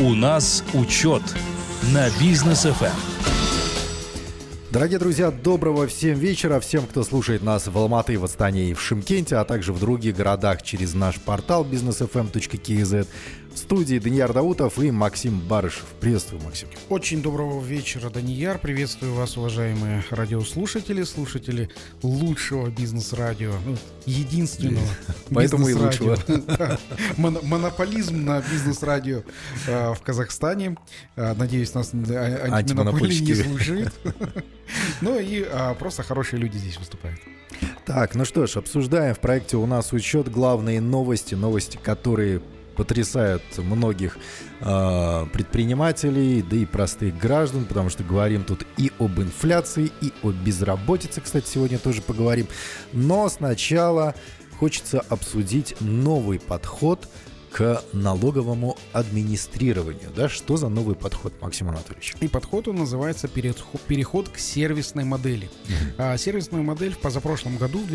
У нас учет на Бизнес ФМ. Дорогие друзья, доброго всем вечера. Всем, кто слушает нас в Алматы, в Астане и в Шымкенте, а также в других городах через наш портал businessfm.kz. В студии Данияр Даутов и Максим Барышев. Приветствую, Максим. Очень доброго вечера, Данияр. Приветствую вас, уважаемые радиослушатели, слушатели лучшего бизнес-радио, единственного Поэтому и бизнес-радио. лучшего. Монополизм на бизнес-радио в Казахстане. Надеюсь, нас антимонополия не слушает. Ну и просто хорошие люди здесь выступают. Так, ну что ж, обсуждаем в проекте «У нас учет» главные новости, которые потрясают многих предпринимателей, да и простых граждан, потому что говорим тут и об инфляции, и о безработице, кстати, сегодня тоже поговорим. Но сначала хочется обсудить новый подход к налоговому администрированию. Да? Что за новый подход, Максим Анатольевич? И подход он называется переход к сервисной модели. Сервисную модель в позапрошлом году, в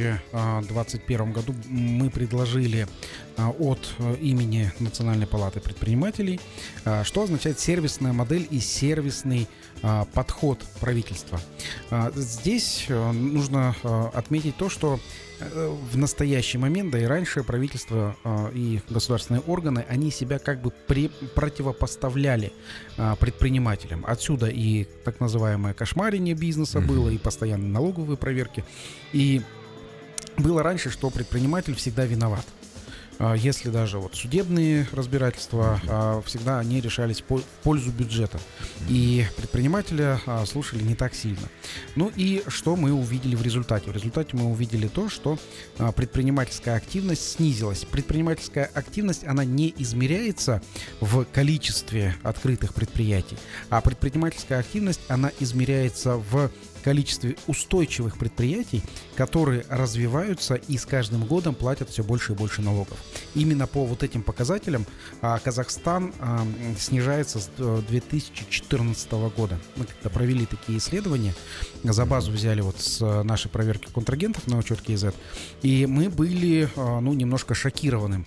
2021 году, мы предложили от имени Национальной палаты предпринимателей, что означает сервисная модель и сервисный подход правительства. Здесь нужно отметить то, что в настоящий момент, да и раньше, правительство и государственные органы, они себя как бы противопоставляли предпринимателям. Отсюда и так называемое кошмарение бизнеса было, и постоянные налоговые проверки. И было раньше, что предприниматель всегда виноват. Если даже судебные разбирательства, всегда они решались в пользу бюджета. И предпринимателя слушали не так сильно. Ну и что мы увидели в результате? В результате мы увидели то, что предпринимательская активность снизилась. Предпринимательская активность, она не измеряется в количестве открытых предприятий, а предпринимательская активность, она измеряется в количестве устойчивых предприятий, которые развиваются и с каждым годом платят все больше и больше налогов. Именно по этим показателям Казахстан снижается с 2014 года. Мы когда провели такие исследования, за базу взяли с нашей проверки контрагентов на учет КЗ, и мы были немножко шокированы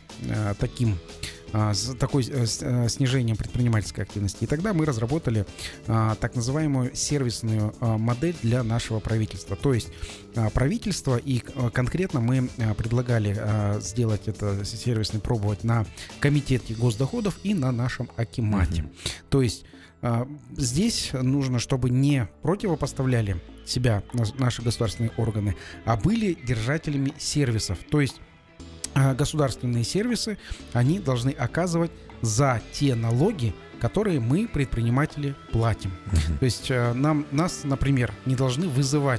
такой снижением предпринимательской активности. И тогда мы разработали так называемую сервисную модель для нашего правительства. То есть правительство, и конкретно мы предлагали сделать это сервисный, пробовать на Комитете госдоходов и на нашем Акимате. То есть здесь нужно, чтобы не противопоставляли себя наши государственные органы, а были держателями сервисов. То есть государственные сервисы, они должны оказывать за те налоги, которые мы, предприниматели, платим. То есть нас, например, не должны вызывать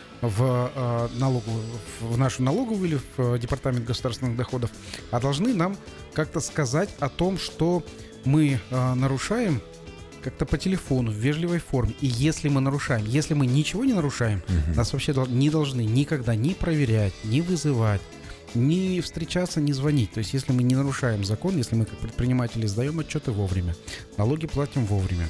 в нашу налоговую или в департамент государственных доходов, а должны нам как-то сказать о том, что мы нарушаем как-то по телефону, в вежливой форме. И если мы нарушаем, если мы ничего не нарушаем, нас вообще не должны никогда ни проверять, ни вызывать, не встречаться, не звонить. То есть, если мы не нарушаем закон, если мы как предприниматели сдаем отчеты вовремя, налоги платим вовремя,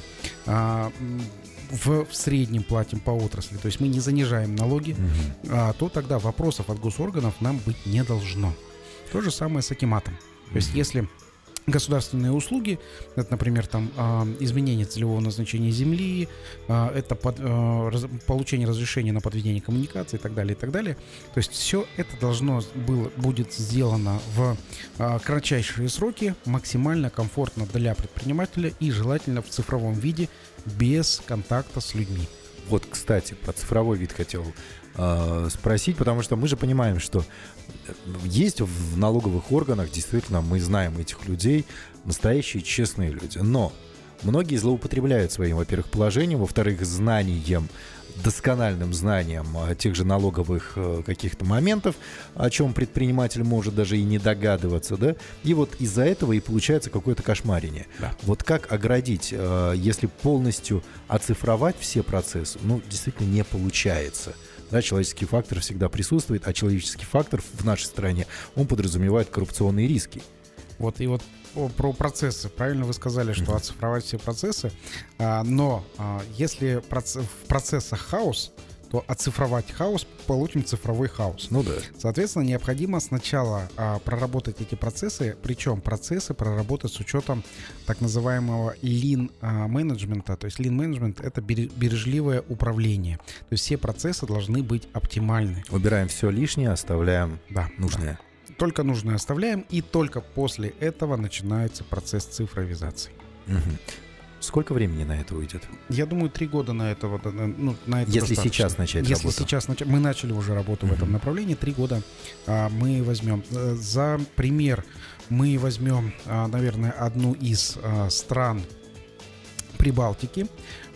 в среднем платим по отрасли, то есть мы не занижаем налоги, то тогда вопросов от госорганов нам быть не должно. То же самое с Акиматом. То есть, если государственные услуги, это, например, изменение целевого назначения земли, это получение разрешения на подведение коммуникации и так далее, и так далее. То есть все это будет сделано в кратчайшие сроки, максимально комфортно для предпринимателя и желательно в цифровом виде, без контакта с людьми. Кстати, про цифровой вид хотел спросить, потому что мы же понимаем, что есть в налоговых органах, действительно, мы знаем этих людей, настоящие честные люди, но многие злоупотребляют своим, во-первых, положением, во-вторых, доскональным знанием тех же налоговых каких-то моментов, о чем предприниматель может даже и не догадываться, да, и из-за этого и получается какое-то кошмарение. Да. Как оградить, если полностью оцифровать все процессы, действительно не получается. Да, человеческий фактор всегда присутствует, а человеческий фактор в нашей стране, он подразумевает коррупционные риски. Про процессы. Правильно вы сказали, что оцифровать все процессы, но если в процессах хаос, то оцифровать хаос, получим цифровой хаос. Ну да. Соответственно, необходимо сначала проработать эти процессы, причем процессы проработать с учетом так называемого lean менеджмента. То есть lean менеджмент — это бережливое управление. То есть все процессы должны быть оптимальны. Убираем все лишнее, оставляем нужное. Да. Только нужное оставляем, и только после этого начинается процесс цифровизации. Угу. Сколько времени на это уйдет? Я думаю, 3 года на это. На это если достаточно. Сейчас начать Если работу. сейчас мы начали уже работу в этом направлении, 3 года мы возьмем. За пример мы возьмем, наверное, одну из стран Прибалтики.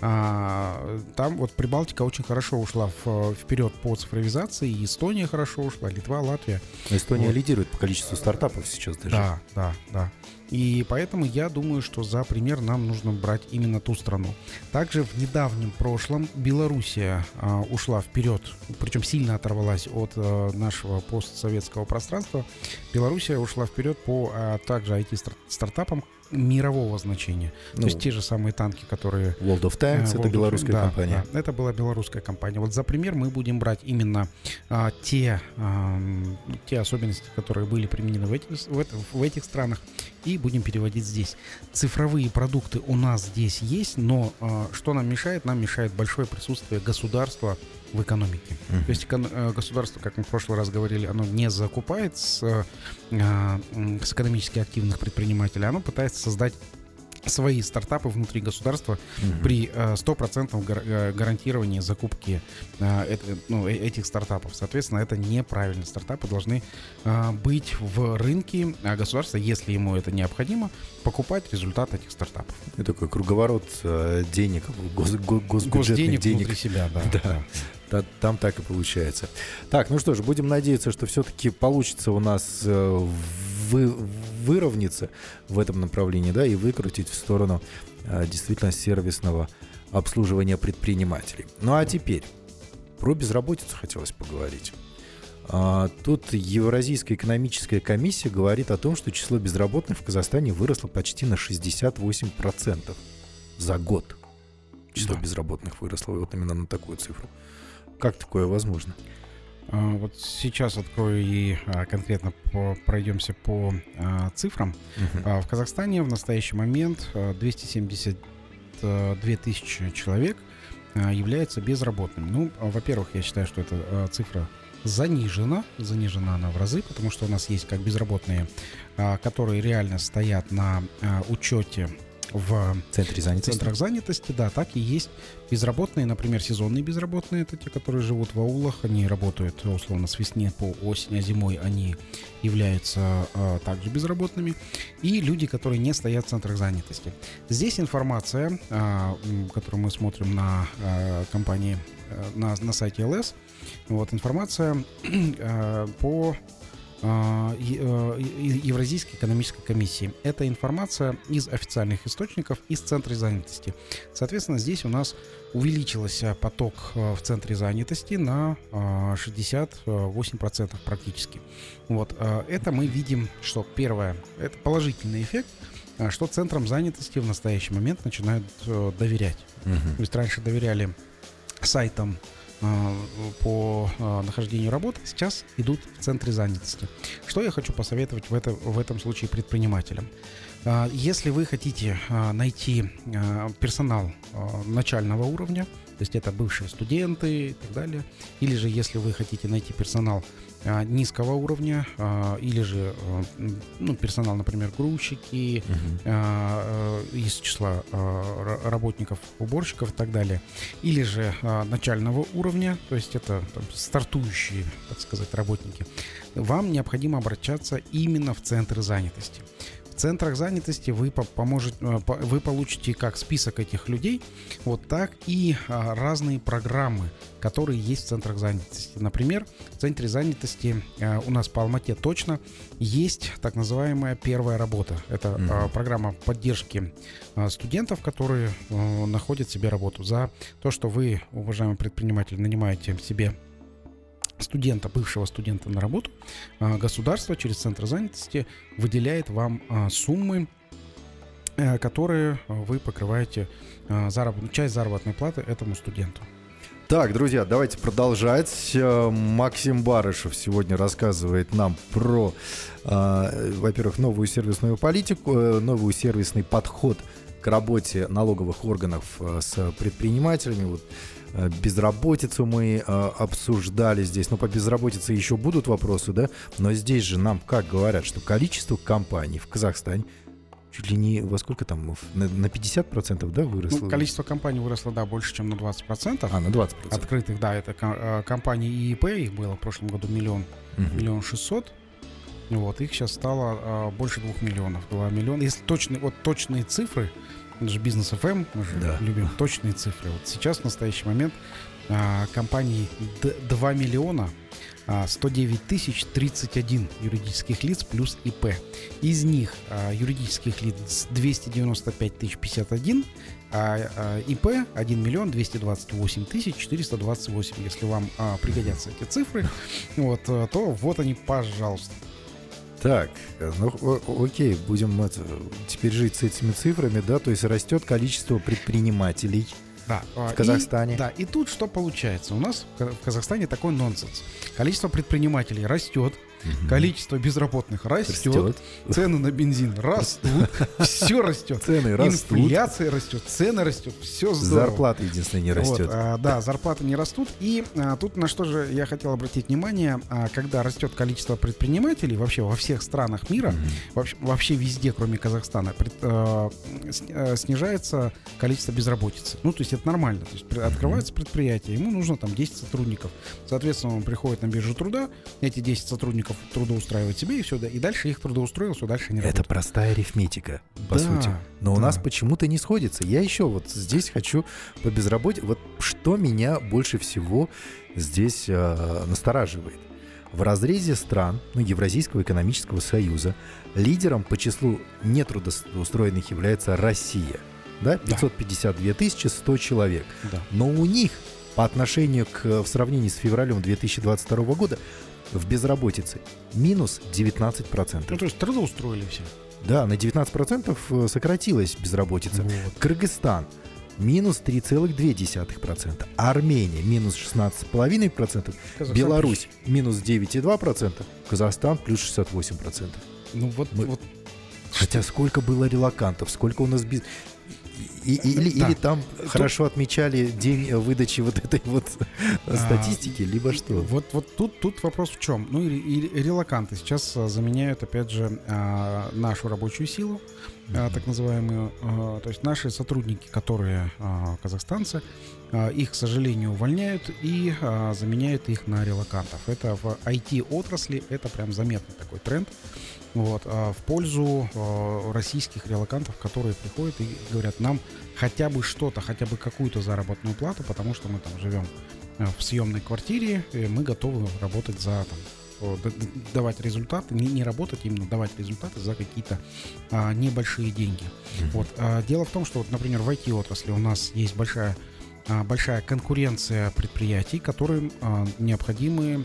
Там вот Прибалтика очень хорошо ушла вперед по цифровизации. И Эстония хорошо ушла, Литва, Латвия. Эстония лидирует по количеству стартапов сейчас даже. Да. И поэтому я думаю, что за пример нам нужно брать именно ту страну. Также в недавнем прошлом Белоруссия ушла вперед, причем сильно оторвалась от нашего постсоветского пространства. Белоруссия ушла вперед по также IT-стартапам мирового значения. То есть те же самые танки, которые... World of Tanks, это белорусская компания. Да, это была белорусская компания. Вот за пример мы будем брать именно те особенности, которые были применены в этих странах, и будем переводить здесь. Цифровые продукты у нас здесь есть, но что нам мешает? Нам мешает большое присутствие государства в экономике. То есть государство, как мы в прошлый раз говорили, оно не закупает с экономически активных предпринимателей, оно пытается создать свои стартапы внутри государства при 100% гарантировании закупки этих стартапов. Соответственно, это неправильно. Стартапы должны быть в рынке, а государство, если ему это необходимо, покупать результат этих стартапов. Это такой круговорот денег, госбюджетных денег внутри себя, да. Там так и получается. Так, ну что ж, будем надеяться, что все-таки получится у нас выровняться в этом направлении, да, и выкрутить в сторону действительно сервисного обслуживания предпринимателей. Ну а теперь про безработицу хотелось поговорить. Тут Евразийская экономическая комиссия говорит о том, что число безработных в Казахстане выросло почти на 68% за год. Число безработных выросло вот именно на такую цифру. Как такое возможно? Вот сейчас открою и конкретно пройдемся по цифрам. В Казахстане в настоящий момент 272 тысячи человек являются безработными. Ну, во-первых, я считаю, что эта цифра занижена она в разы, потому что у нас есть как безработные, которые реально стоят на учете в центрах занятости, да, так и есть безработные, например, сезонные безработные, это те, которые живут в аулах, они работают условно с весны по осень, а зимой они являются также безработными, и люди, которые не стоят в центрах занятости. Здесь информация, которую мы смотрим на компании, на сайте ЛС, вот информация по Евразийской экономической комиссии. Это информация из официальных источников, из центра занятости. Соответственно, здесь у нас увеличился поток в центре занятости на 68% практически. Вот. Это мы видим, что первое, это положительный эффект, что центрам занятости в настоящий момент начинают доверять. То есть раньше доверяли сайтам по нахождению работы, сейчас идут в центре занятости. Что я хочу посоветовать в этом случае предпринимателям? Если вы хотите найти персонал начального уровня, то есть это бывшие студенты и так далее, или же если вы хотите найти персонал низкого уровня, или же персонал, например, грузчики, из числа работников, уборщиков и так далее, или же начального уровня, то есть это стартующие, так сказать, работники, вам необходимо обращаться именно в центры занятости. В центрах занятости вы получите как список этих людей, вот так и разные программы, которые есть в центрах занятости. Например, в центре занятости у нас по Алмате точно есть так называемая первая работа. Это программа поддержки студентов, которые находят себе работу. За то, что вы, уважаемый предприниматель, нанимаете себе бывшего студента на работу, государство через центр занятости выделяет вам суммы, которые вы покрываете часть заработной платы этому студенту. Так, друзья, давайте продолжать. Максим Барышев сегодня рассказывает нам про, во-первых, новую сервисную политику, новый сервисный подход к работе налоговых органов с предпринимателями. Вот безработицу мы обсуждали здесь. Но по безработице еще будут вопросы, да? Но здесь же нам как говорят, что количество компаний в Казахстане чуть ли не во сколько там, на 50%, да, выросло? Ну, количество компаний выросло, да, больше, чем на 20%. На 20%. Открытых, да, это компании ИИП, их было в прошлом году миллион 600. Вот, их сейчас стало больше 2 миллионов. 2 миллиона. Если точные цифры, это же Бизнес ФМ, мы же любим точные цифры. Вот сейчас, в настоящий момент, компаний 2 миллиона 109 тысяч 31 юридических лиц плюс ИП. Из них юридических лиц 295 тысяч 51, а ИП 1 миллион 228 тысяч 428. Если вам пригодятся эти цифры, вот, то вот они, пожалуйста. Так, ну окей, будем теперь жить с этими цифрами, да, то есть растет количество предпринимателей. Да, в Казахстане. И тут что получается? У нас в Казахстане такой нонсенс. Количество предпринимателей растет, количество безработных растет, цены на бензин растут, все растет. Цены растут. Инфляция растет, цены растут, все здорово. Зарплата единственное не растет. Вот, да, зарплаты не растут. И тут на что же я хотел обратить внимание, когда растет количество предпринимателей вообще во всех странах мира, вообще везде, кроме Казахстана, снижается количество безработицы. Ну, то есть это нормально. То есть открывается предприятие, ему нужно там 10 сотрудников. Соответственно, он приходит на биржу труда, эти 10 сотрудников трудоустраивает себе, и все, да, и дальше их трудоустроил, все, дальше не работает. Это простая арифметика, по сути. Но у нас почему-то не сходится. Я еще вот здесь хочу по безработице. Вот что меня больше всего здесь настораживает. В разрезе стран Евразийского экономического союза лидером по числу нетрудоустроенных является Россия. Да? 552 100 человек. Да. Но у них по отношению в сравнении с февралем 2022 года в безработице минус 19%. Ну, то есть трудоустроили все. Да, на 19% сократилась безработица. Вот. Кыргызстан минус 3,2%. Армения минус 16,5%. Беларусь минус 9,2%. Казахстан плюс 68%. Ну вот. Хотя сколько было релокантов, сколько у нас Или там хорошо отмечали день выдачи вот этой вот статистики, либо что? Вот тут вопрос в чем? Ну и релоканты сейчас заменяют, опять же, нашу рабочую силу, так называемую. То есть наши сотрудники, которые казахстанцы, их, к сожалению, увольняют и заменяют их на релокантов. Это в IT-отрасли, это прям заметный такой тренд. Вот, в пользу российских релокантов, которые приходят и говорят, нам хотя бы что-то, хотя бы какую-то заработную плату, потому что мы там живем в съемной квартире, и мы готовы работать давать результаты, не работать, именно давать результаты за какие-то небольшие деньги. Вот. Дело в том, что, вот, например, в IT-отрасли у нас есть большая конкуренция предприятий, которым необходимы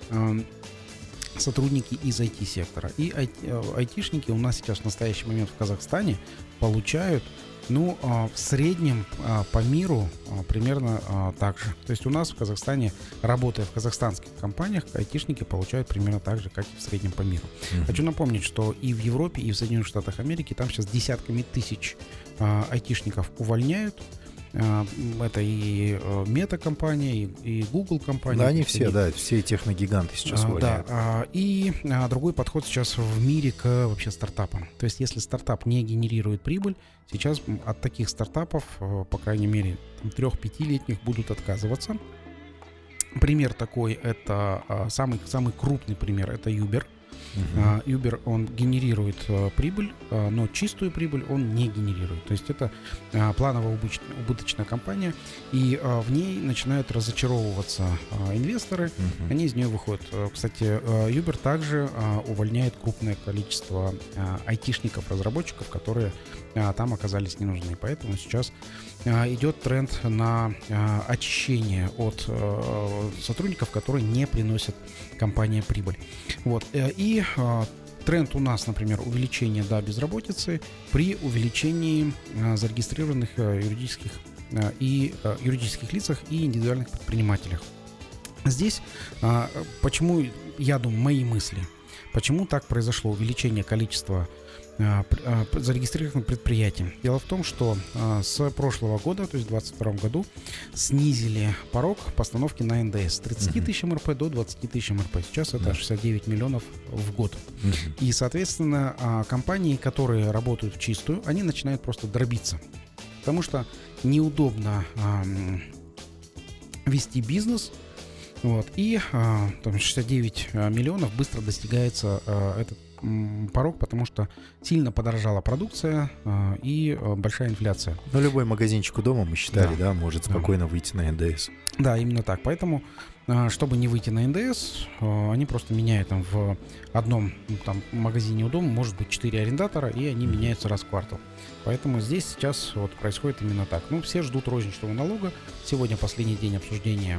сотрудники из IT-сектора. И айтишники у нас сейчас в настоящий момент в Казахстане получают, в среднем по миру примерно так же. То есть у нас в Казахстане, работая в казахстанских компаниях, айтишники получают примерно так же, как и в среднем по миру. Хочу напомнить, что и в Европе, и в Соединенных Штатах Америки там сейчас десятками тысяч айтишников увольняют. Это и Мета-компания, и Google-компания. Да, они все техногиганты сейчас увольняют. Да, и другой подход сейчас в мире к вообще стартапам. То есть если стартап не генерирует прибыль, сейчас от таких стартапов, по крайней мере, 3-5-летних будут отказываться. Пример такой, это самый крупный пример, это Uber. Uber, он генерирует прибыль, но чистую прибыль он не генерирует. То есть это плановая убыточная компания, и в ней начинают разочаровываться инвесторы, они из нее выходят. Кстати, Uber также увольняет крупное количество айтишников, разработчиков, которые там оказались не нужны. Поэтому сейчас идет тренд на очищение от сотрудников, которые не приносят компании прибыль. Вот. И тренд у нас, например, увеличение безработицы при увеличении зарегистрированных юридических и юридических лицах и индивидуальных предпринимателях. Здесь почему, я думаю, мои мысли, почему так произошло увеличение количества зарегистрированных предприятий. Дело в том, что с прошлого года, то есть в 2022 году, снизили порог постановки на НДС с 30 тысяч МРП до 20 тысяч МРП. Сейчас это 69 миллионов в год. И, соответственно, компании, которые работают в чистую, они начинают просто дробиться. Потому что неудобно вести бизнес. Вот, и там 69 миллионов быстро достигается этот порог, потому что сильно подорожала продукция и большая инфляция. Но любой магазинчик у дома, мы считали, да, может спокойно выйти на НДС. Да, именно так. Поэтому, чтобы не выйти на НДС, они просто меняют там в одном там магазине у дома, может быть, 4 арендатора, и они меняются раз в квартал. Поэтому здесь сейчас вот происходит именно так. Ну, все ждут розничного налога. Сегодня последний день обсуждения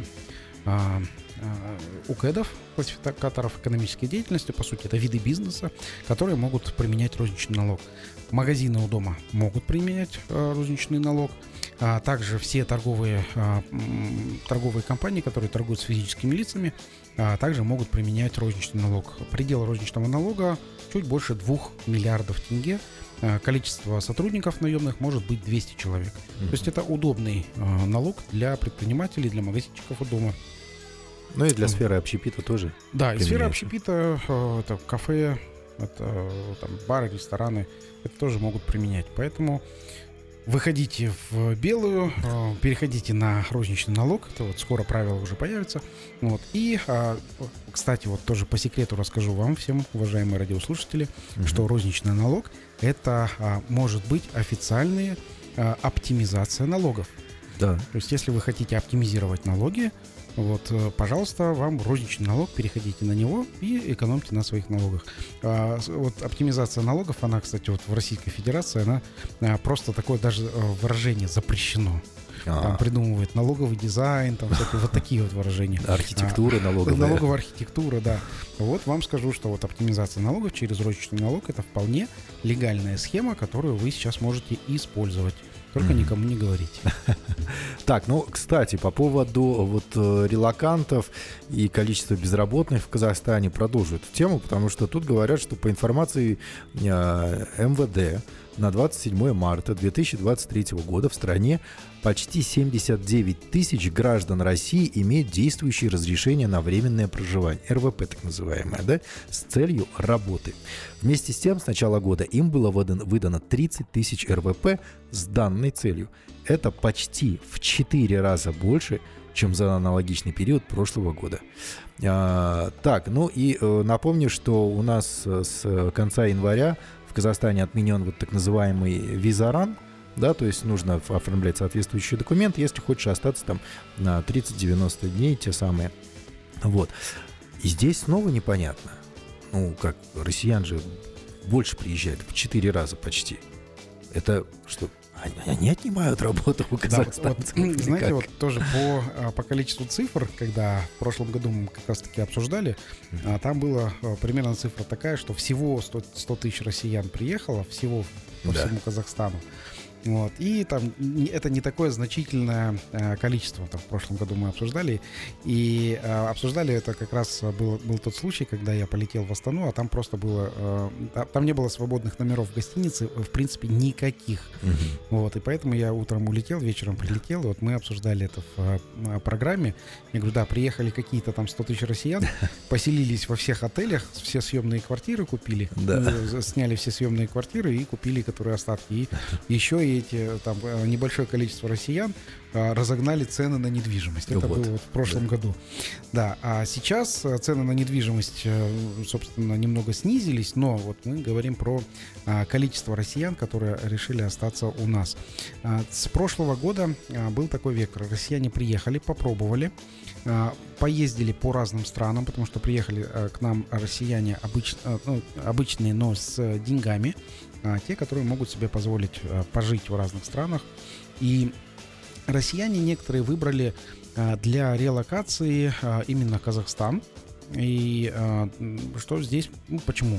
УКЭДов, классификаторов экономической деятельности, по сути, это виды бизнеса, которые могут применять розничный налог. Магазины у дома могут применять розничный налог, а также все торговые компании, которые торгуют с физическими лицами, также могут применять розничный налог. Предел розничного налога чуть больше 2 миллиардов тенге. Количество сотрудников наемных может быть 200 человек. То есть это удобный налог для предпринимателей, для магазинчиков у дома. Ну и для сферы общепита тоже. Да, и сфера общепита, это кафе, это там, бары, рестораны, это тоже могут применять. Поэтому выходите в белую, переходите на розничный налог. Это вот скоро правила уже появятся. Вот. И, кстати, вот тоже по секрету расскажу вам всем, уважаемые радиослушатели, что розничный налог — это может быть официальная оптимизация налогов. Да. То есть, если вы хотите оптимизировать налоги, вот, пожалуйста, вам розничный налог, переходите на него и экономьте на своих налогах. Вот оптимизация налогов, она, кстати, вот в Российской Федерации, она просто такое даже выражение запрещено. Там придумывает налоговый дизайн, там всякие вот такие вот выражения. Архитектура налоговая. Налоговая архитектура, да. Вот вам скажу, что вот оптимизация налогов через розничный налог — это вполне легальная схема, которую вы сейчас можете использовать. Только никому не говорите. Так, ну, кстати, по поводу вот релокантов и количества безработных в Казахстане продолжу эту тему, потому что тут говорят, что по информации МВД на 27 марта 2023 года в стране почти 79 тысяч граждан России имеют действующие разрешения на временное проживание, РВП так называемое, да, с целью работы. Вместе с тем, с начала года им было выдано 30 тысяч РВП с данной целью. Это почти в 4 раза больше, чем за аналогичный период прошлого года. Так, ну и напомню, что у нас с конца января в Казахстане отменен вот так называемый визаран, да, то есть нужно оформлять соответствующий документ, если хочешь остаться там на 30-90 дней, те самые. Вот. И здесь снова непонятно. Ну, как, россиян же больше приезжают, в 4 раза почти. Это что, они отнимают работу у казахстанцев? Да, вот, знаете, вот тоже по количеству цифр, когда в прошлом году мы как раз-таки обсуждали, там была примерно цифра такая, что всего 100 тысяч россиян приехало, всего по всему Казахстану. Вот. И там это не такое значительное количество. Там в прошлом году мы обсуждали. И обсуждали это как раз был тот случай, когда я полетел в Астану, а там просто было... там не было свободных номеров в гостинице, в принципе, никаких. Вот. И поэтому я утром улетел, вечером прилетел. И вот мы обсуждали это в программе. Я говорю, да, приехали какие-то там 100 тысяч россиян, поселились во всех отелях, все съемные квартиры купили. Сняли все съемные квартиры и купили, которые остатки. И еще и эти, там, небольшое количество россиян разогнали цены на недвижимость. Это было вот в прошлом году. Да, а сейчас цены на недвижимость, собственно, немного снизились, но вот мы говорим про количество россиян, которые решили остаться у нас. С прошлого года был такой вектор. Россияне приехали, попробовали, поездили по разным странам, потому что приехали к нам россияне обычные, но с деньгами, те, которые могут себе позволить пожить в разных странах. И россияне некоторые выбрали для релокации именно Казахстан. И что здесь, почему?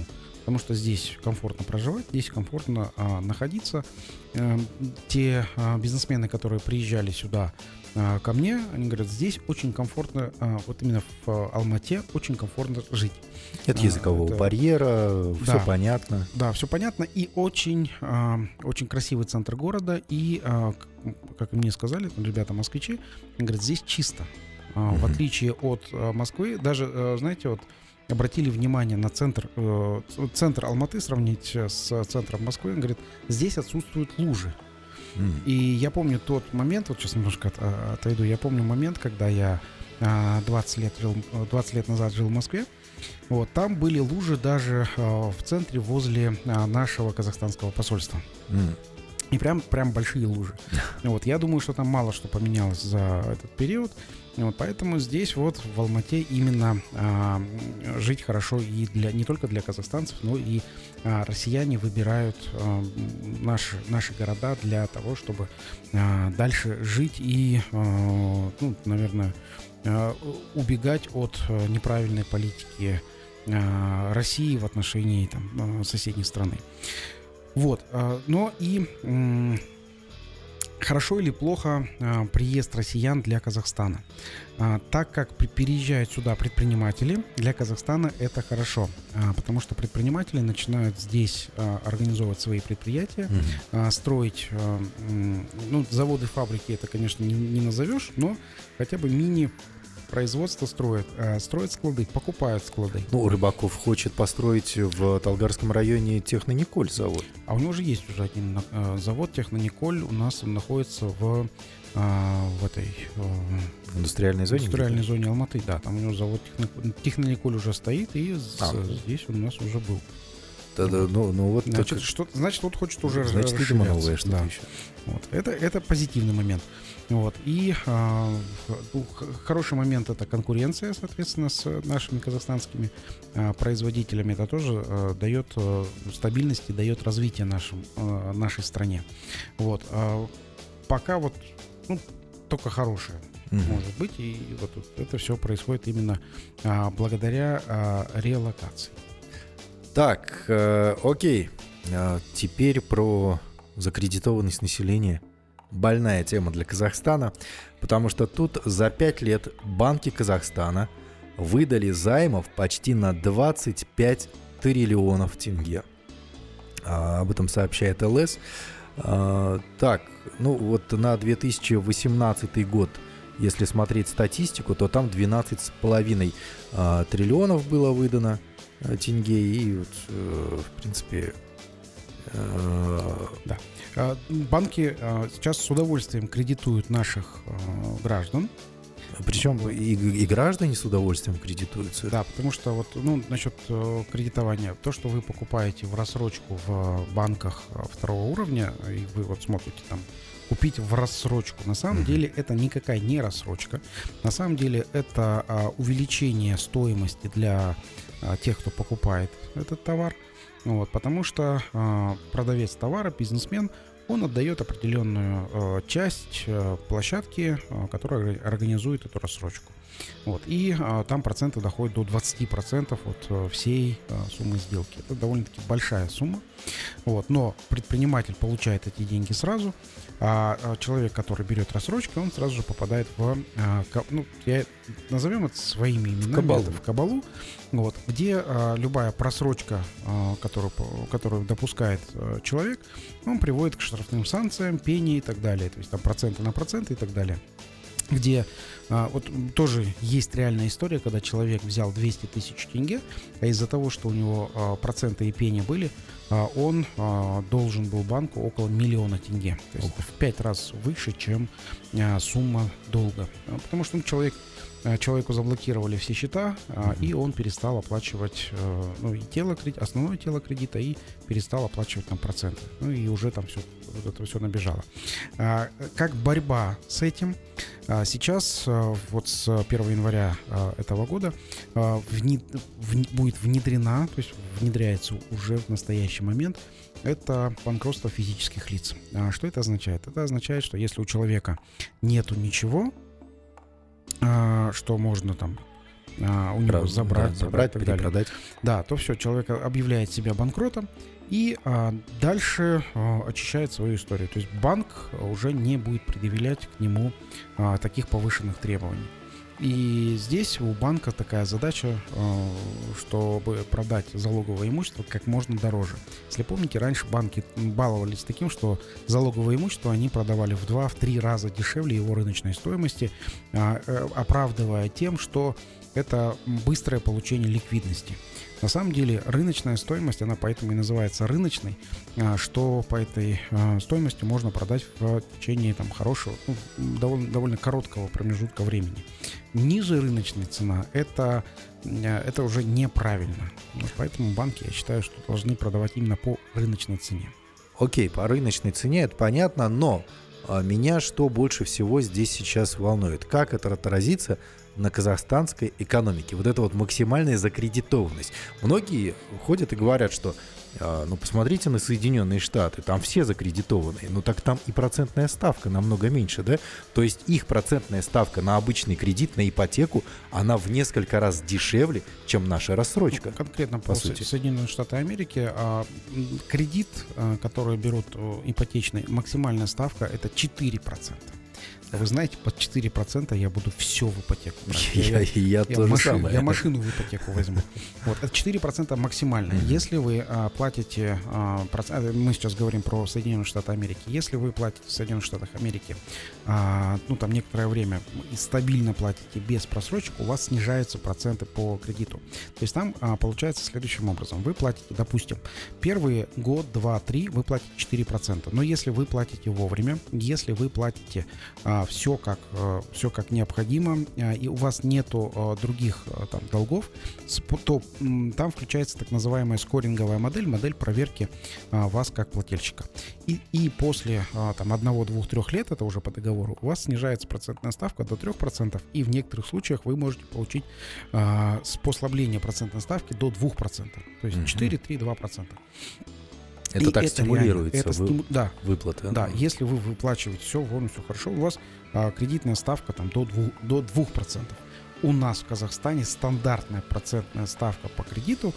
потому что здесь комфортно проживать, здесь комфортно находиться. Те бизнесмены, которые приезжали сюда ко мне, они говорят, здесь очень комфортно, вот именно в Алмате очень комфортно жить. Нет языкового барьера, все понятно. Да, все понятно, и очень красивый центр города, и, как мне сказали, ребята москвичи, они говорят, здесь чисто. В отличие от Москвы, даже, знаете, вот обратили внимание на центр Алматы, сравнить с центром Москвы, он говорит, здесь отсутствуют лужи. И я помню тот момент, вот сейчас немножко отойду, я помню момент, когда я 20 лет назад жил в Москве, вот, там были лужи даже в центре возле нашего казахстанского посольства. И прям большие лужи. Вот, я думаю, что там мало что поменялось за этот период. Вот, поэтому здесь вот в Алмате именно жить хорошо и не только для казахстанцев, но и россияне выбирают наши города для того, чтобы дальше жить и, наверное, убегать от неправильной политики России в отношении соседней страны. Вот, но и хорошо или плохо приезд россиян для Казахстана? Так как переезжают сюда предприниматели, для Казахстана это хорошо, потому что предприниматели начинают здесь организовывать свои предприятия, строить, заводы, фабрики, это, конечно, не назовешь, но хотя бы производство строят склады, покупают склады. Рыбаков хочет построить в Талгарском районе Технониколь завод. А у него же есть уже один завод Технониколь, у нас он находится в этой индустриальной зоне Алматы, да, там у него завод Технониколь уже стоит, и здесь он у нас уже был. Значит, вот хочет уже расширяться. Значит, видимо, новое что-то еще. Вот. Это позитивный момент. Вот. И хороший момент — это конкуренция, соответственно, с нашими казахстанскими производителями. Это тоже дает стабильность и дает развитие нашей стране. Вот. Пока только хорошее может быть. И вот это все происходит именно благодаря релокации. Так, окей. Теперь про закредитованность населения. Больная тема для Казахстана, потому что тут за 5 лет банки Казахстана выдали займов почти на 25 триллионов тенге. Об этом сообщает ЛС. Так, на 2018 год, если смотреть статистику, то там 12,5 триллионов было выдано тенге, и в принципе... Да. Банки сейчас с удовольствием кредитуют наших граждан. Причем и граждане с удовольствием кредитуются. Да, потому что насчет кредитования, то, что вы покупаете в рассрочку в банках второго уровня, и вы смотрите там, купить в рассрочку, на самом деле это никакая не рассрочка. На самом деле это увеличение стоимости для тех, кто покупает этот товар. Вот, потому что продавец товара, бизнесмен, он отдает определенную часть площадки, которая организует эту рассрочку. Вот, и там проценты доходят до 20% от всей суммы сделки. Это довольно-таки большая сумма. Вот, но предприниматель получает эти деньги сразу, а человек, который берет рассрочку, он сразу же попадает назовем это своими именами, в кабалу, вот, где любая просрочка, которую допускает человек, он приводит к штрафным санкциям, пени и так далее. То есть там проценты на проценты и так далее. Где тоже есть реальная история, когда человек взял 200 тысяч тенге, а из-за того, что у него проценты и пени были, он должен был банку около 1 миллиона тенге. То есть в 5 раз выше, чем сумма долга. Потому что человеку заблокировали все счета, и он перестал оплачивать основное тело кредита, и перестал оплачивать там проценты. И уже там это все набежало. Как борьба с этим? Сейчас, с 1 января этого года будет внедрена, то есть внедряется уже в настоящий момент, это банкротство физических лиц. Что это означает? Это означает, что если у человека нету ничего, что можно там у него забрать, забрать, и так далее, перепродать. да, то все, человек объявляет себя банкротом и дальше очищает свою историю. То есть банк уже не будет предъявлять к нему таких повышенных требований. И здесь у банка такая задача, чтобы продать залоговое имущество как можно дороже. Если помните, раньше банки баловались таким, что залоговое имущество они продавали в 2-3 раза дешевле его рыночной стоимости, оправдывая тем, что это быстрое получение ликвидности. На самом деле рыночная стоимость, она поэтому и называется рыночной, что по этой стоимости можно продать в течение хорошего, довольно короткого промежутка времени. Ниже рыночная цена это уже неправильно. Поэтому банки, я считаю, что должны продавать именно по рыночной цене. Окей, по рыночной цене это понятно, но меня что больше всего здесь сейчас волнует? Как это отразится на казахстанской экономике? Вот это вот максимальная закредитованность. Многие ходят и говорят, что посмотрите на Соединенные Штаты, там все закредитованные, так там и процентная ставка намного меньше, да? То есть их процентная ставка на обычный кредит, на ипотеку, она в несколько раз дешевле, чем наша рассрочка. Конкретно по сути. Соединенные Штаты Америки кредит, который берут ипотечный, максимальная ставка это 4%. Вы знаете, под 4% я буду все в ипотеку брать. Я тоже самое. Я машину в ипотеку возьму. Вот, это 4% максимально. Если вы платите, мы сейчас говорим про Соединенные Штаты Америки, если вы платите в Соединенных Штатах Америки, там некоторое время и стабильно платите без просрочек, у вас снижаются проценты по кредиту. То есть там получается следующим образом. Вы платите, допустим, первые год, 2, 3 вы платите 4%. Но если вы платите вовремя, если вы платите все как необходимо, и у вас нету других долгов, то там включается так называемая скоринговая модель проверки вас как плательщика. И после 1, 2, 3 лет, это уже по договору, у вас снижается процентная ставка до 3%, и в некоторых случаях вы можете получить послабление процентной ставки до 2%. То есть 4, 3, 2%. Это так стимулируется выплаты. Да, если вы выплачиваете все вовремя, все хорошо, у вас кредитная ставка до 2%. У нас в Казахстане стандартная процентная ставка по кредиту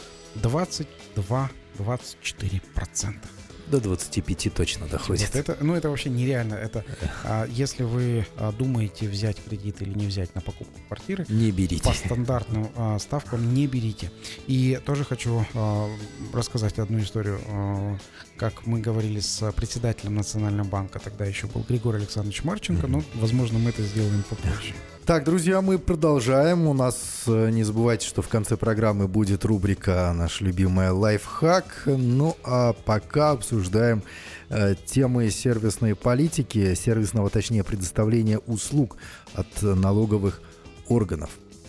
22-24%. До 25 точно доходит. Вот это вообще нереально. Если вы думаете взять кредит или не взять на покупку квартиры, не берите. По стандартным ставкам не берите. И тоже хочу рассказать одну историю. Как мы говорили с председателем Национального банка, тогда еще был Григорий Александрович Марченко, но, возможно, мы это сделаем попозже. Так, друзья, мы продолжаем. У нас, не забывайте, что в конце программы будет рубрика «Наш любимый лайфхак». Ну, а пока обсуждаем темы сервисной политики, точнее, предоставления услуг от налоговых органов.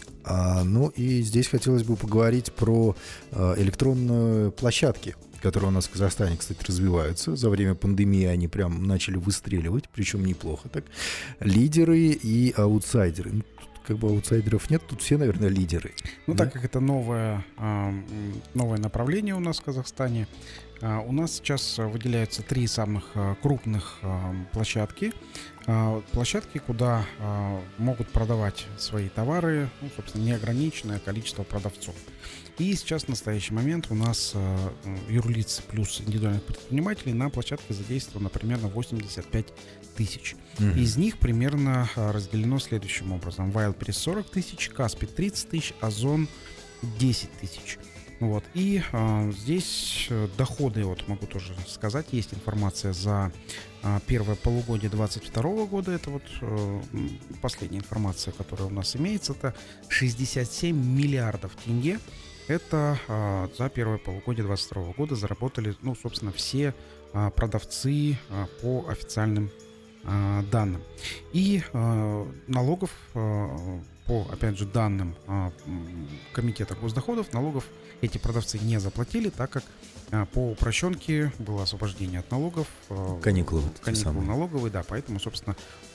И здесь хотелось бы поговорить про электронные площадки, которые у нас в Казахстане, кстати, развиваются. За время пандемии они прям начали выстреливать, причем неплохо так. Лидеры и аутсайдеры. Тут аутсайдеров нет, тут все, наверное, лидеры. Так как это новое направление у нас в Казахстане, у нас сейчас выделяются 3 самых крупных площадки. Площадки, куда могут продавать свои товары, собственно, неограниченное количество продавцов. И сейчас в настоящий момент у нас юрлиц плюс индивидуальных предпринимателей на площадке задействовано примерно 85 тысяч. Из них примерно разделено следующим образом. Wildberries 40 тысяч, Каспи 30 тысяч, Озон 10 тысяч. И здесь доходы, могу тоже сказать, есть информация за первое полугодие 2022 года, это последняя информация, которая у нас имеется, это 67 миллиардов тенге. Это за первое полугодие 2022 года заработали, собственно, все продавцы по официальным данным. И налогов по, опять же, данным Комитета госдоходов, налогов эти продавцы не заплатили, так как по упрощенке было освобождение от налогов. Каникулы налоговые, да, поэтому, собственно,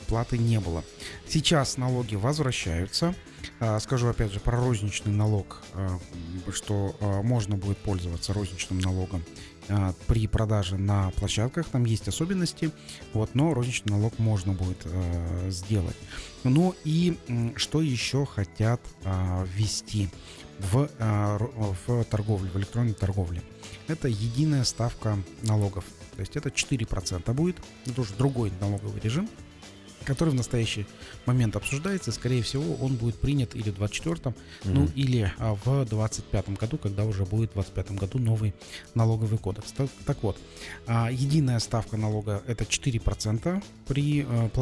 платы не было. Сейчас налоги возвращаются. Скажу опять же про розничный налог, что можно будет пользоваться розничным налогом при продаже на площадках. Там есть особенности, но розничный налог можно будет сделать. Ну и что еще хотят ввести в торговле, в электронной торговле? Это единая ставка налогов. То есть это 4% будет. Это уже другой налоговый режим, который в настоящий момент обсуждается. Скорее всего, он будет принят или в 24-м, или в 25-м году, когда уже будет в 25-м году новый налоговый кодекс. Так вот, единая ставка налога — это 4% при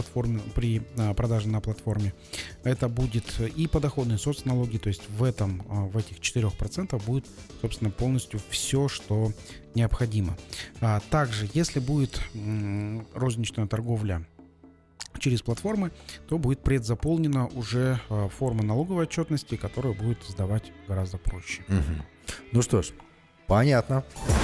продаже на платформе. Это будет и подоходные соцналоги, то есть в этих 4% будет, собственно, полностью все, что необходимо. Также, если будет розничная торговля через платформы, то будет предзаполнена уже форма налоговой отчетности, которую будет сдавать гораздо проще. Ну что ж, понятно.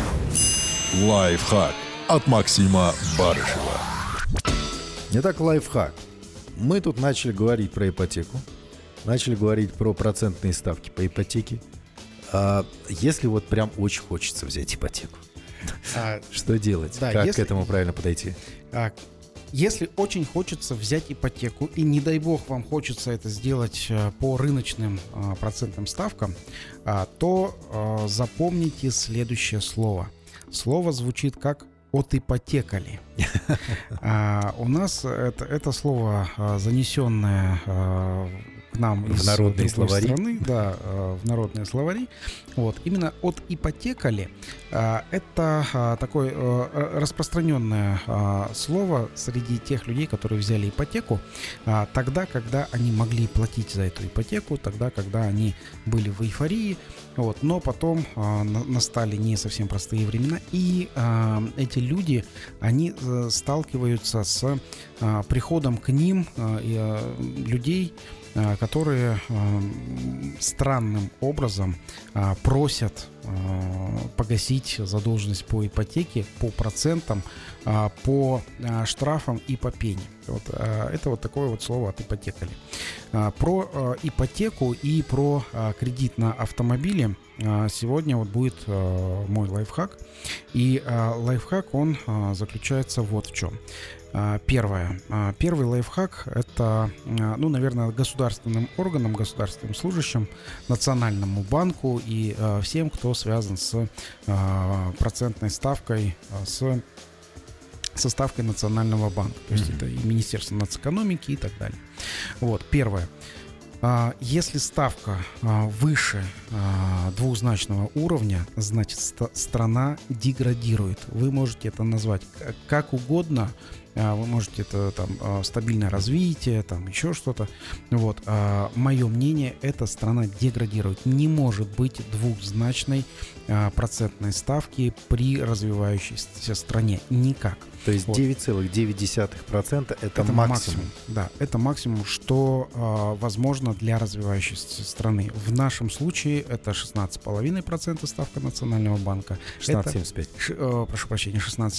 Лайфхак от Максима Барышева. Итак, лайфхак. Мы тут начали говорить про ипотеку, начали говорить про процентные ставки по ипотеке. Если вот прям очень хочется взять ипотеку, что делать? Как к этому правильно подойти? Если очень хочется взять ипотеку, и не дай бог вам хочется это сделать по рыночным процентным ставкам, то запомните следующее слово. Слово звучит как «отипотекали». У нас это слово, занесенное к нам в народные словари. Страны, в народные словари. Именно «отипотекали» — это такое распространенное слово среди тех людей, которые взяли ипотеку тогда, когда они могли платить за эту ипотеку, тогда, когда они были в эйфории. Но потом настали не совсем простые времена, и эти люди, они сталкиваются с приходом к ним людей, которые странным образом просят погасить задолженность по ипотеке, по процентам, по штрафам и по пене. Это такое слово «отипотекали». Про ипотеку и про кредит на автомобили сегодня будет мой лайфхак. И лайфхак, он заключается вот в чем. Первый лайфхак — это, наверное, государственным органам, государственным служащим, Национальному банку и всем, кто связан с процентной ставкой, со ставкой Национального банка. То есть это и Министерство нацэкономики и так далее. Первое. Если ставка выше двухзначного уровня, значит, страна деградирует. Вы можете это назвать как угодно. Вы можете это стабильное развитие, еще что-то. Мое мнение, эта страна деградирует. Не может быть двухзначной процентной ставки при развивающейся стране. Никак. То есть 9,9% это максимум. Да, это максимум, что возможно для развивающейся страны. В нашем случае это 16,5% ставка Национального банка. 16,75. Прошу прощения,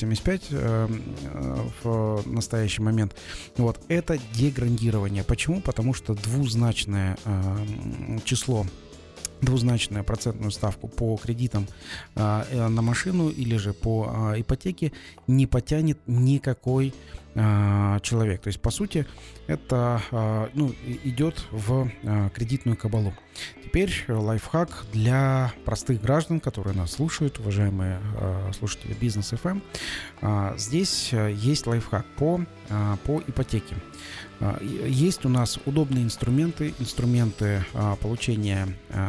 16,75 в настоящий момент. Это деградирование. Почему? Потому что двузначное число, двузначную процентную ставку по кредитам на машину или же по ипотеке не потянет никакой человек. То есть, по сути, это идет в кредитную кабалу. Теперь лайфхак для простых граждан, которые нас слушают, уважаемые слушатели Бизнес FM. Здесь есть лайфхак по ипотеке. Есть у нас удобные инструменты получения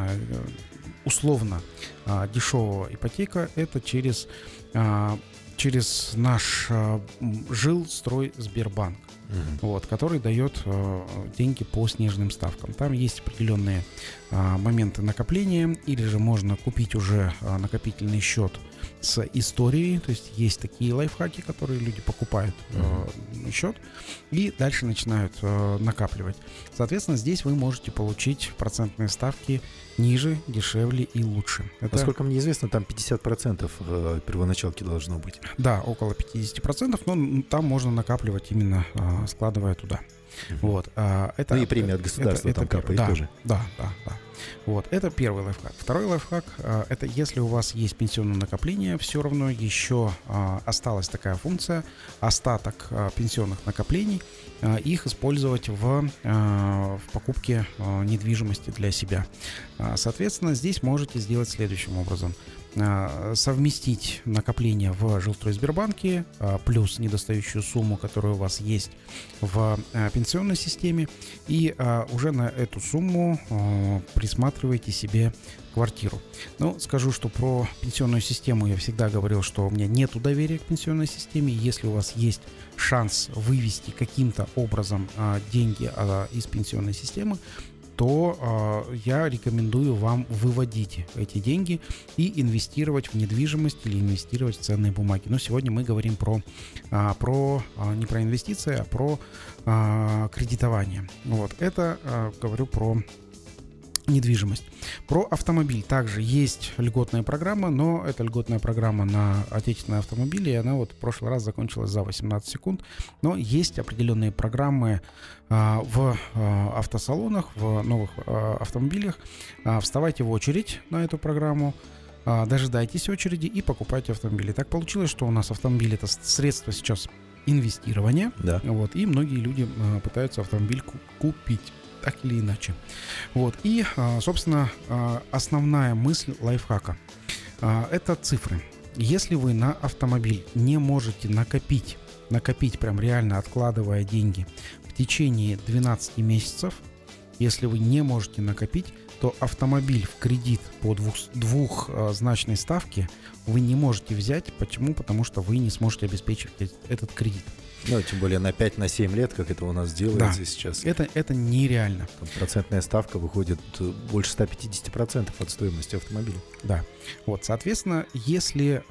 условно дешевого ипотека. Это через наш Жилстройсбербанк, который дает деньги по сниженным ставкам. Там есть определенные моменты накопления, или же можно купить уже накопительный счет с историей. То есть есть такие лайфхаки, которые люди покупают счет и дальше начинают накапливать. Соответственно, здесь вы можете получить процентные ставки ниже, дешевле и лучше. Насколько мне известно, там 50% первоначалки должно быть. Да, около 50%, но там можно накапливать именно складывая туда. Вот, это, Ну и премия от государства там капает тоже. Да. Вот, это первый лайфхак. Второй лайфхак, это если у вас есть пенсионное накопление, все равно еще осталась такая функция, остаток пенсионных накоплений, их использовать в покупке недвижимости для себя. Соответственно, здесь можете сделать следующим образом. Совместить накопление в Жилстройсбербанке плюс недостающую сумму, которая у вас есть в пенсионной системе, и уже на эту сумму присматривайте себе квартиру. Ну, скажу, что про пенсионную систему я всегда говорил, что у меня нету доверия к пенсионной системе. Если у вас есть шанс вывести каким-то образом деньги из пенсионной системы, то я рекомендую вам выводить эти деньги и инвестировать в недвижимость или инвестировать в ценные бумаги. Но сегодня мы говорим не про инвестиции, а про кредитование. Вот, это говорю про недвижимость. Про автомобиль также есть льготная программа, но это льготная программа на отечественные автомобили, и она вот в прошлый раз закончилась за 18 секунд. Но есть определенные программы в автосалонах, в новых автомобилях. Вставайте в очередь на эту программу, дожидайтесь очереди и покупайте автомобили. Так получилось, что у нас автомобиль — это средство сейчас инвестирования, Да. вот, и многие люди пытаются автомобиль купить. Так или иначе. Вот. И, собственно, основная мысль лайфхака – это цифры. Если вы на автомобиль не можете накопить прям реально откладывая деньги в течение 12 месяцев, если вы не можете накопить, то автомобиль в кредит по двухзначной ставке вы не можете взять. Почему? Потому что вы не сможете обеспечить этот кредит. Ну, тем более на 5-7 лет, как это у нас делается Да. сейчас. Это нереально. Там процентная ставка выходит больше 150% от стоимости автомобиля. Да. Вот, соответственно, если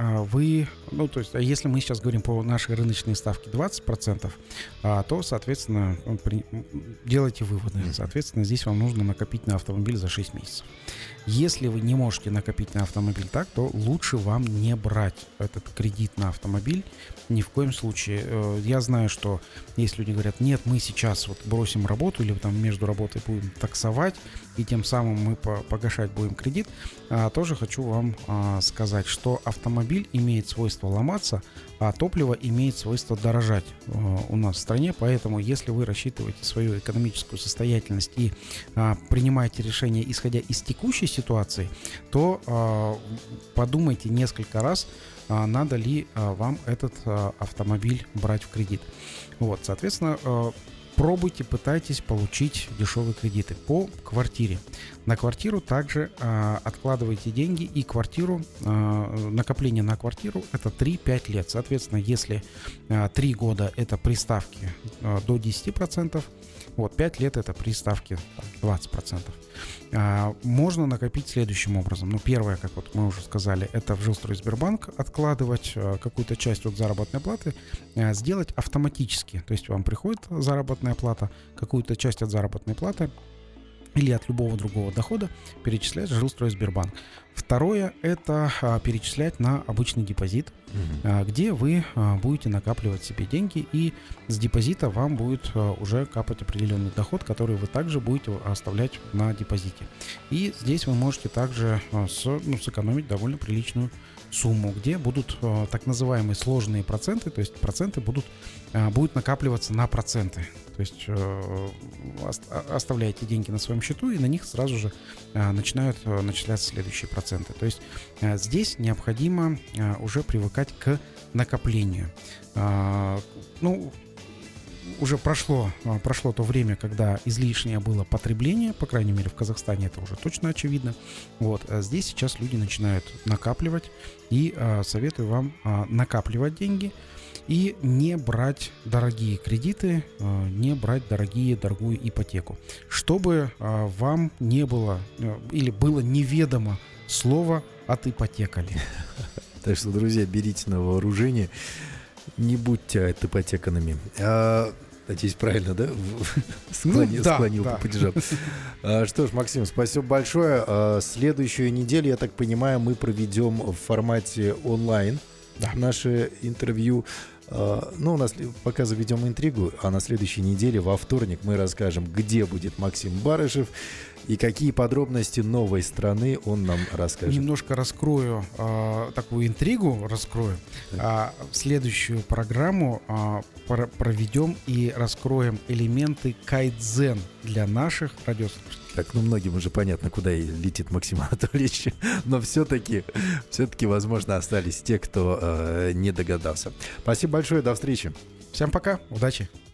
если мы сейчас говорим про наши рыночные ставки 20%, то, соответственно, делайте выводы. Соответственно, здесь вам нужно накопить на автомобиль за 6 месяцев. Если вы не можете накопить на автомобиль так, то лучше вам не брать этот кредит на автомобиль ни в коем случае. Я знаю, что есть люди, говорят, нет, мы сейчас вот бросим работу или там между работой будем таксовать, и тем самым мы погашать будем кредит. Тоже хочу вам сказать, что автомобиль имеет свойство ломаться, а топливо имеет свойство дорожать у нас в стране. Поэтому, если вы рассчитываете свою экономическую состоятельность и принимаете решение, исходя из текущей ситуации, то подумайте несколько раз, надо ли вам этот автомобиль брать в кредит. Вот, соответственно, пробуйте, пытайтесь получить дешевые кредиты по квартире. На квартиру также откладывайте деньги, и накопление на квартиру — это 3-5 лет. Соответственно, если 3 года это при ставке до 10%, вот 5 лет это при ставке 20%. Можно накопить следующим образом. Ну, первое, как вот мы уже сказали, это в Жилстройсбербанк откладывать какую-то часть от заработной платы, сделать автоматически. То есть вам приходит заработная плата, какую-то часть от заработной платы или от любого другого дохода перечислять в Жилстройсбербанк. Второе – это перечислять на обычный депозит, где вы будете накапливать себе деньги, и с депозита вам будет уже капать определенный доход, который вы также будете оставлять на депозите. И здесь вы можете также сэкономить довольно приличную сумму, где будут так называемые сложные проценты, то есть проценты будут накапливаться на проценты. То есть оставляете деньги на своем счету, и на них сразу же начинают начисляться следующие проценты. То есть здесь необходимо уже привыкать к накоплению. Уже прошло то время, когда излишнее было потребление, по крайней мере в Казахстане это уже точно очевидно. Вот. Здесь сейчас люди начинают накапливать, и советую вам накапливать деньги и не брать дорогие кредиты, не брать дорогую ипотеку, чтобы вам не было или было неведомо слово «отипотекали». Так что, друзья, берите на вооружение, не будьте отипотеканными. Надеюсь, правильно, да? Склонил по падежам. Что ж, Максим, спасибо большое. Следующую неделю, я так понимаю, мы проведем в формате онлайн наше интервью. Ну, у нас пока заведем интригу, а на следующей неделе, во вторник, мы расскажем, где будет Максим Барышев и какие подробности новой страны он нам расскажет. Немножко раскрою, такую интригу раскрою. В следующую программу проведем и раскроем элементы кайдзен для наших радиослушателей. Так, ну, многим уже понятно, куда и летит Максим Анатольевич, но все-таки, возможно, остались те, кто не догадался. Спасибо большое, до встречи. Всем пока, удачи.